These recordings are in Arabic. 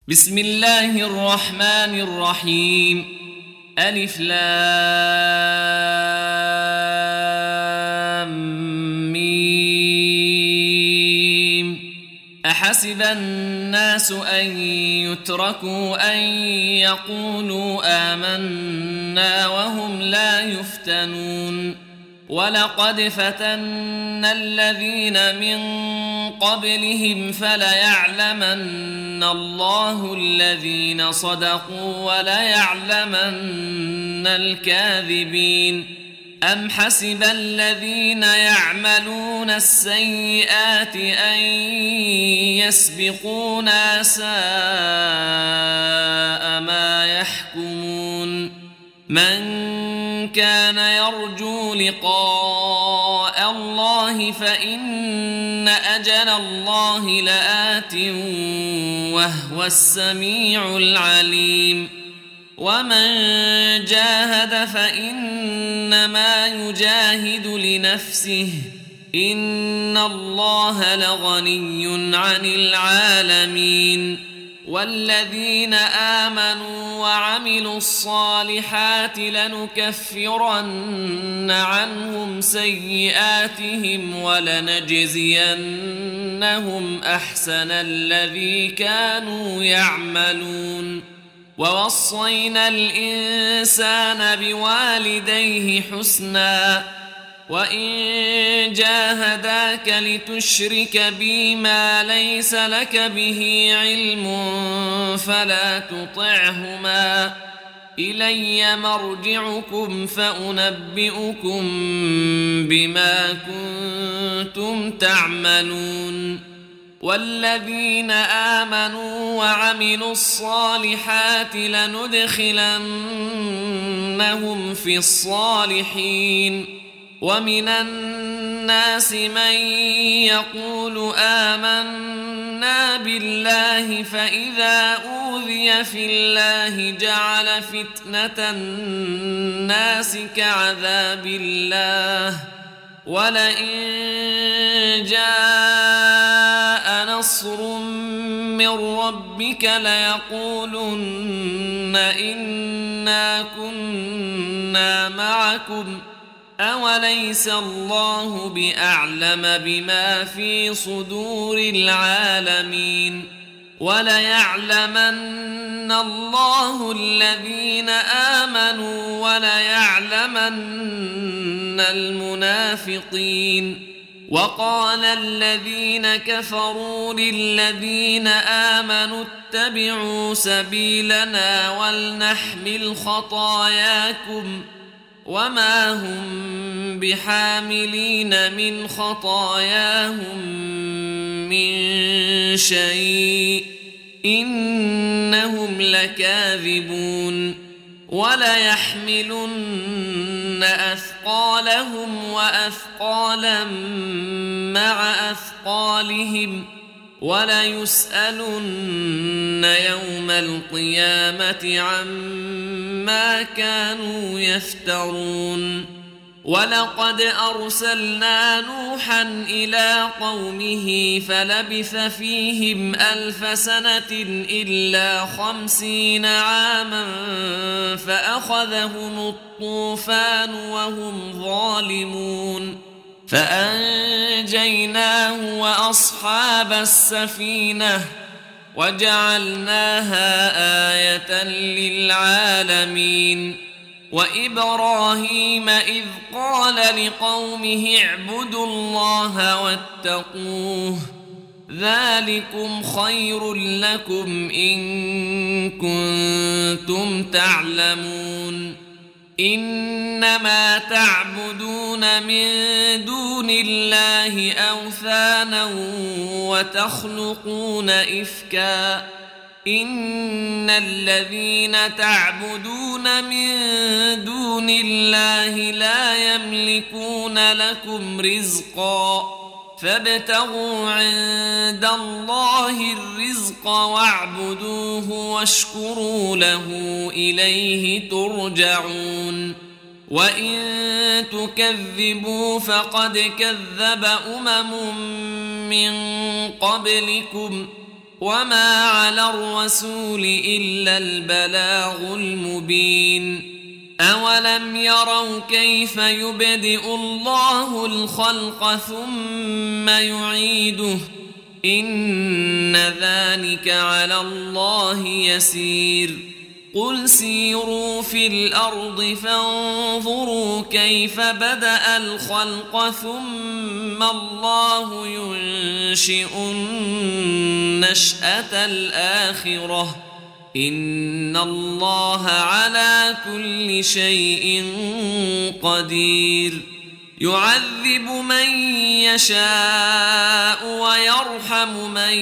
بسم الله الرحمن الرحيم. ألف لام ميم. أحسب الناس أن يتركوا أن يقولوا آمنا وهم لا يفتنون. ولقد فتنا الذين من قبلهم فليعلمن الله الذين صدقوا وليعلمن الكاذبين. أم حسب الذين يعملون السيئات أن يسبقونا ساء ما يحكمون. من كان يرجو لقاء الله فإن أجل الله لآت وهو السميع العليم. ومن جاهد فإنما يجاهد لنفسه إن الله لغني عن العالمين. والذين آمنوا وعملوا الصالحات لنكفرن عنهم سيئاتهم ولنجزينهم أحسن الذي كانوا يعملون. ووصينا الإنسان بوالديه حسنا وإن جاهداك لتشرك بي ما ليس لك به علم فلا تطعهما إلي مرجعكم فأنبئكم بما كنتم تعملون. والذين آمنوا وعملوا الصالحات لندخلنهم في الصالحين. ومن الناس من يقول آمنا بالله فإذا أوذي في الله جعل فتنة الناس كعذاب الله ولئن جاء نصر من ربك ليقولن إنا كنا معكم أوليس الله بأعلم بما في صدور العالمين. وليعلمن الله الذين آمنوا وليعلمن المنافقين. وقال الذين كفروا للذين آمنوا اتبعوا سبيلنا ولنحمل خطاياكم وما هم بحاملين من خطاياهم من شيء إنهم لكاذبون. وليحملن أثقالهم وأثقالا مع أثقالهم وليسألن يوم القيامة عما كانوا يفترون. ولقد أرسلنا نوحا إلى قومه فلبث فيهم 1000 سنة إلا 50 عاما فأخذهم الطوفان وهم ظالمون فأنجيناه وأصحاب السفينة وجعلناها آية للعالمين. وإبراهيم إذ قال لقومه اعبدوا الله واتقوه ذلكم خير لكم إن كنتم تعلمون. إنما تعبدون من دون الله أوثانا وتخلقون إفكا إن الذين تعبدون من دون الله لا يملكون لكم رزقا فابتغوا عند الله الرزق واعبدوه واشكروا له إليه ترجعون. وإن تكذبوا فقد كذب أمم من قبلكم وما على الرسول إلا البلاغ المبين أولم يروا كيف يبدئ الله الخلق ثم يعيده إن ذلك على الله يسير قل سيروا في الأرض فانظروا كيف بدأ الخلق ثم الله ينشئ النشأة الآخرة إن الله على كل شيء قدير يعذب من يشاء ويرحم من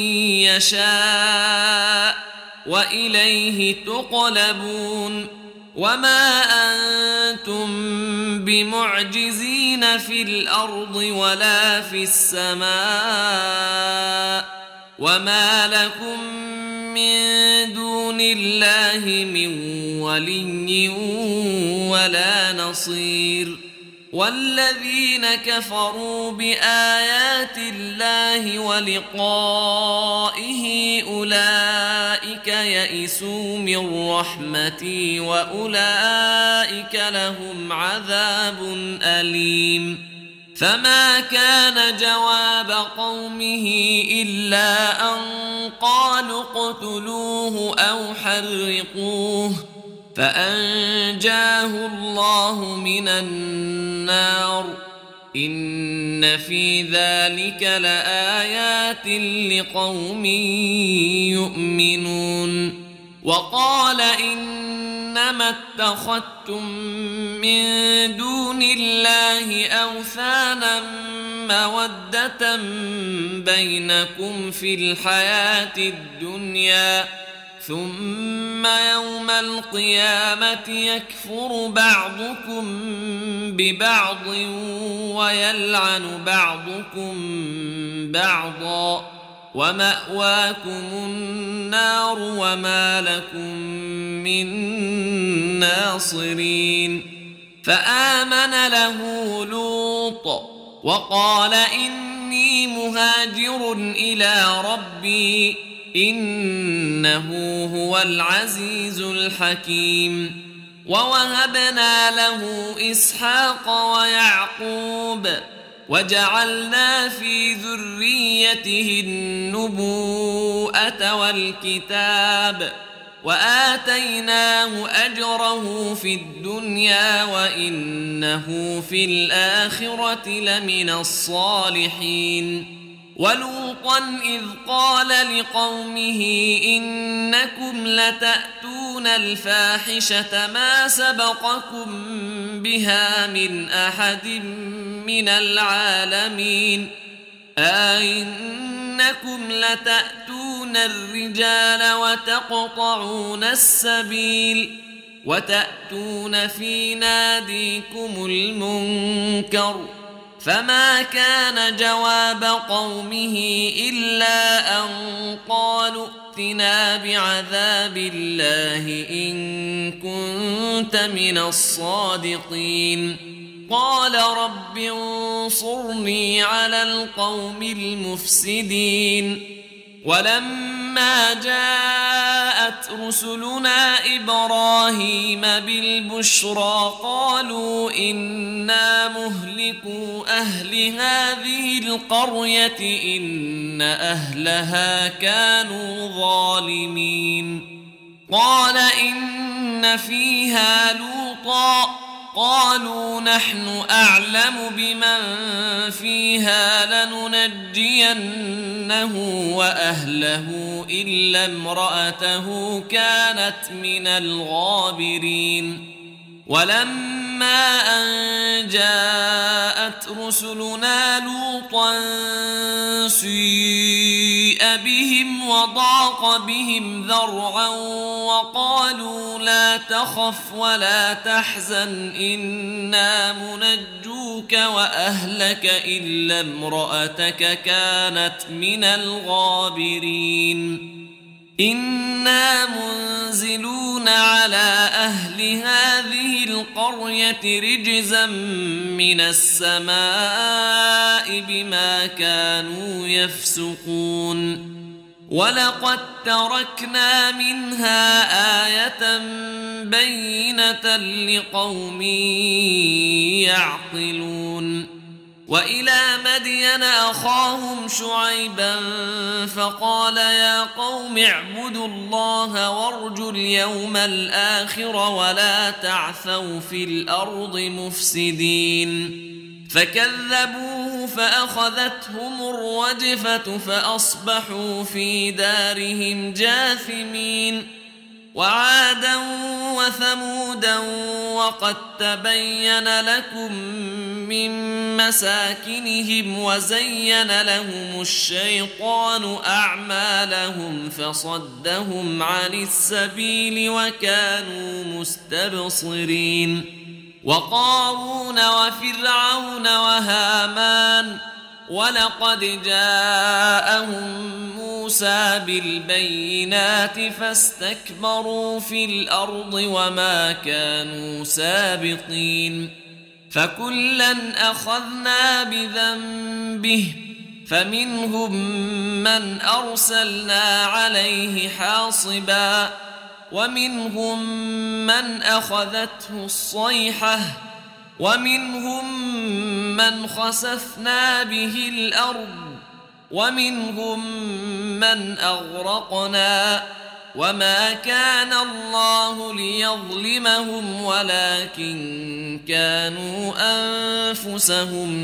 يشاء وإليه تقلبون وما أنتم بمعجزين في الأرض ولا في السماء وما لكم من دون الله من ولي ولا نصير والذين كفروا بآيات الله ولقائه أولئك يئسوا من رحمتي وأولئك لهم عذاب أليم فما كان جواب قومه إلا أن قالوا اقتلوه أو حرقوه فأنجاه الله من النار إن في ذلك لآيات لقوم يؤمنون وقال إنما اتخذتم من دون الله أوثانا مودة بينكم في الحياة الدنيا ثم يوم القيامة يكفر بعضكم ببعض ويلعن بعضكم بعضا ومأواكم النار وما لكم من ناصرين فآمن له لوط وقال إني مهاجر إلى ربي إنه هو العزيز الحكيم ووهبنا له إسحاق ويعقوب وجعلنا في ذريته النبوءة والكتاب وآتيناه أجره في الدنيا وإنه في الآخرة لمن الصالحين ولوطا إذ قال لقومه إنكم لتأتون الفاحشة ما سبقكم بها من أحد من العالمين أئنكم لتأتون الرجال وتقطعون السبيل وتأتون في ناديكم المنكر فما كان جواب قومه إلا أن قالوا ائتنا بعذاب الله إن كنت من الصادقين قال رب انصرني على القوم المفسدين ولما جاءت رسلنا إبراهيم بالبشرى قالوا إنا مهلكو أهل هذه القرية إن أهلها كانوا ظالمين قال إن فيها لوطا قالوا نحن أعلم بمن فيها لننجينه وأهله إلا امرأته كانت من الغابرين ولما أن جاءت رسلنا لوطا سيء بهم وضاق بهم ذرعا وقالوا لا تخف ولا تحزن إنا منجوك وأهلك إلا امرأتك كانت من الغابرين إنا منزلون على أهل هذه القرية رجزا من السماء بما كانوا يفسقون ولقد تركنا منها آية بينة لقوم يعقلون وإلى مدين أخاهم شعيبا فقال يا قوم اعبدوا الله وارجوا اليوم الآخر ولا تعثوا في الأرض مفسدين فكذبوه فأخذتهم الرجفة فأصبحوا في دارهم جاثمين وعادا وثمودا وقد تبين لكم من مساكنهم وزين لهم الشيطان أعمالهم فصدهم عن السبيل وكانوا مستبصرين وقارون وفرعون وهامان ولقد جاءهم موسى بالبينات فاستكبروا في الأرض وما كانوا سابقين فكلا أخذنا بذنبه فمنهم من أرسلنا عليه حاصبا ومنهم من أخذته الصيحة ومنهم من خسفنا به الأرض ومنهم من أغرقنا وما كان الله ليظلمهم ولكن كانوا أنفسهم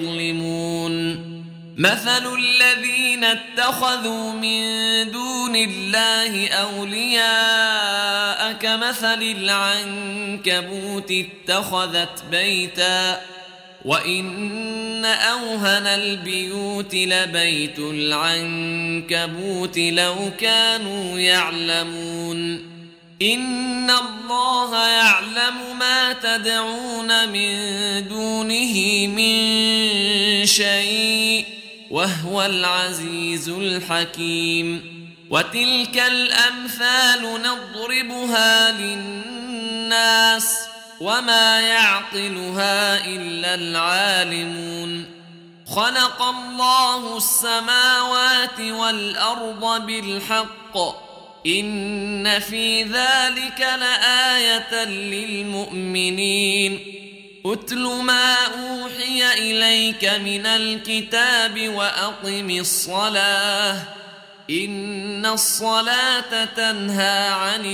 يظلمون مثل الذين اتخذوا من دون الله أولياء كمثل العنكبوت اتخذت بيتا وإن أوهن البيوت لبيت العنكبوت لو كانوا يعلمون إن الله يعلم ما تدعون من دونه من شيء وهو العزيز الحكيم وتلك الأمثال نضربها للناس وما يعقلها إلا العالمون خلق الله السماوات والأرض بالحق إن في ذلك لآية للمؤمنين أتل ما أوحي إليك من الكتاب وأقم الصلاة إن الصلاة تنهى عن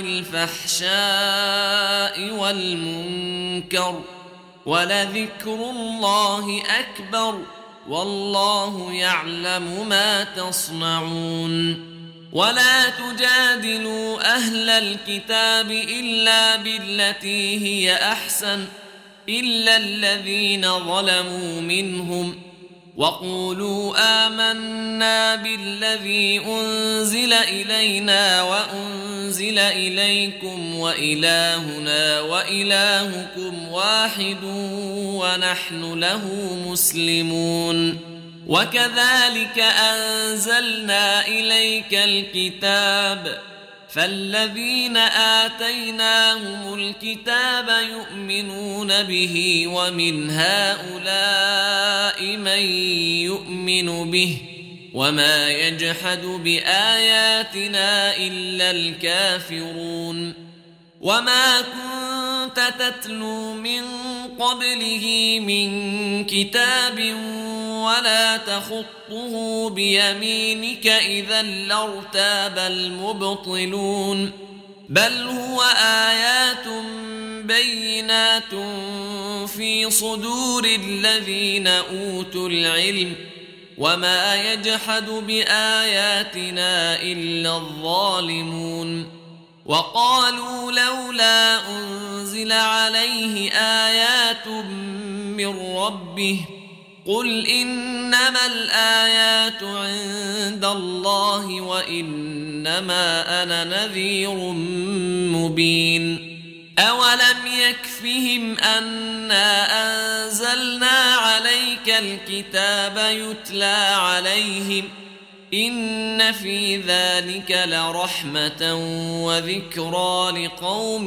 الفحشاء والمنكر ولذكر الله أكبر والله يعلم ما تصنعون ولا تجادلوا أهل الكتاب إلا بالتي هي أحسن إلا الذين ظلموا منهم وقولوا آمنا بالذي أنزل إلينا وأنزل إليكم وإلهنا وإلهكم واحد ونحن له مسلمون وكذلك أنزلنا إليك الكتاب فالذين آتيناهم الكتاب يؤمنون به ومن هؤلاء من يؤمن به وما يجحد بآياتنا إلا الكافرون وما كنت تتلو من قبله من كتاب ولا تخطه بيمينك إذا لارتاب المبطلون بل هو آيات بينات في صدور الذين أوتوا العلم وما يجحد بآياتنا إلا الظالمون وقالوا لولا أنزل عليه آيات من ربه قل إنما الآيات عند الله وإنما أنا نذير مبين أولم يكفهم أنا أنزلنا عليك الكتاب يتلى عليهم إن في ذلك لرحمة وذكرى لقوم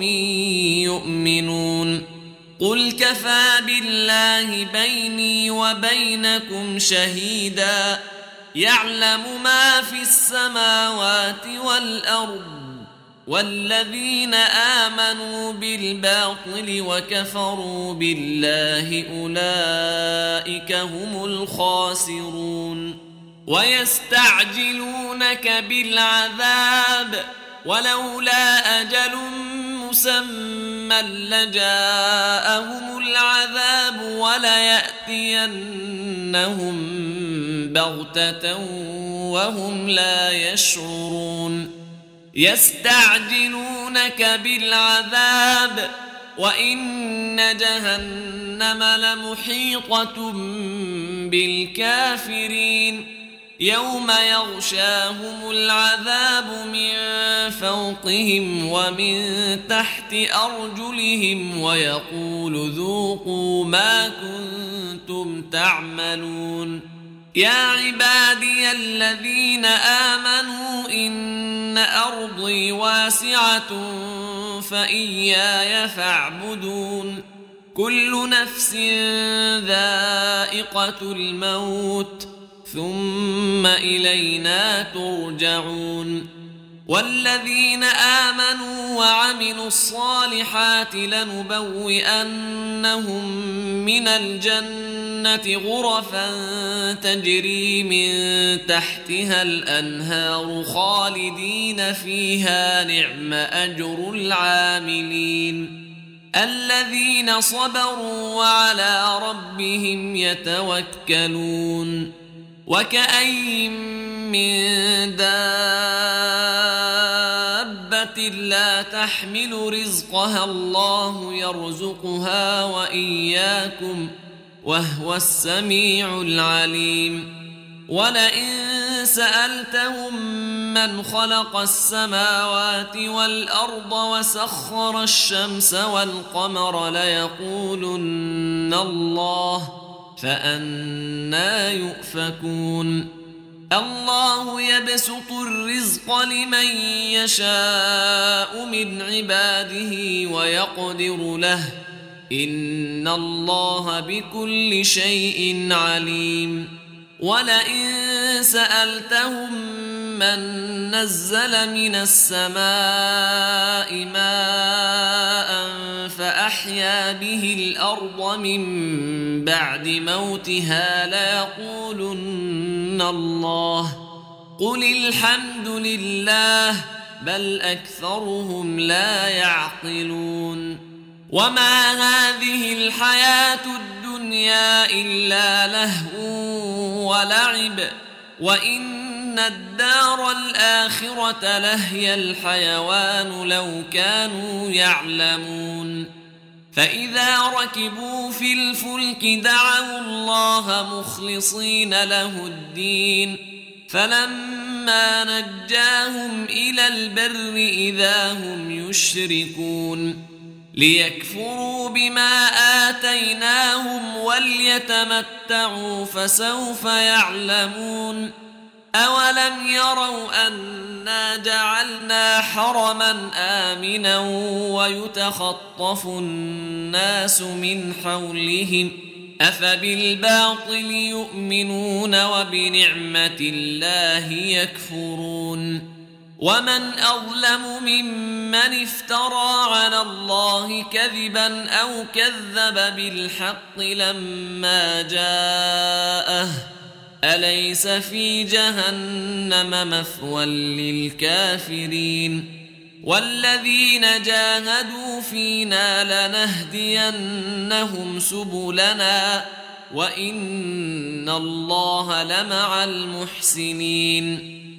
يؤمنون قل كفى بالله بيني وبينكم شهيدا يعلم ما في السماوات والأرض والذين آمنوا بالباطل وكفروا بالله أولئك هم الخاسرون ويستعجلونك بالعذاب ولولا أجل مسمى لجاءهم العذاب وليأتينهم بغتة وهم لا يشعرون يستعجلونك بالعذاب وإن جهنم لمحيطة بالكافرين يوم يغشاهم العذاب من فوقهم ومن تحت أرجلهم ويقول ذوقوا ما كنتم تعملون يا عبادي الذين آمنوا إن أرضي واسعة فإياي فاعبدون كل نفس ذائقة الموت ثم إلينا ترجعون والذين آمنوا وعملوا الصالحات لنبوئنهم من الجنة غرفا تجري من تحتها الأنهار خالدين فيها نعم أجر العاملين الذين صبروا وعلى ربهم يتوكلون وكأين من دابة لا تحمل رزقها الله يرزقها وإياكم وهو السميع العليم ولئن سألتهم من خلق السماوات والأرض وسخر الشمس والقمر ليقولن الله فأنى يؤفكون الله يبسط الرزق لمن يشاء من عباده ويقدر له إن الله بكل شيء عليم ولئن سألتهم من نزل من السماء ماء فأحيا به الأرض من بعد موتها ليقولن الله قل الحمد لله بل أكثرهم لا يعقلون وما هذه الحياة الدنيا إلا لهو ولعب وإن الدار الآخرة لهي الحيوان لو كانوا يعلمون فإذا ركبوا في الفلك دعوا الله مخلصين له الدين فلما نجاهم إلى البر إذا هم يشركون ليكفروا بما آتيناهم وليتمتعوا فسوف يعلمون أولم يروا أنا جعلنا حرما آمنا ويتخطف الناس من حولهم أفبالباطل يؤمنون وبنعمة الله يكفرون ومن أظلم ممن افترى على الله كذبا أو كذب بالحق لما جاءه أليس في جهنم مثوى للكافرين والذين جاهدوا فينا لنهدينهم سبلنا وإن الله لمع المحسنين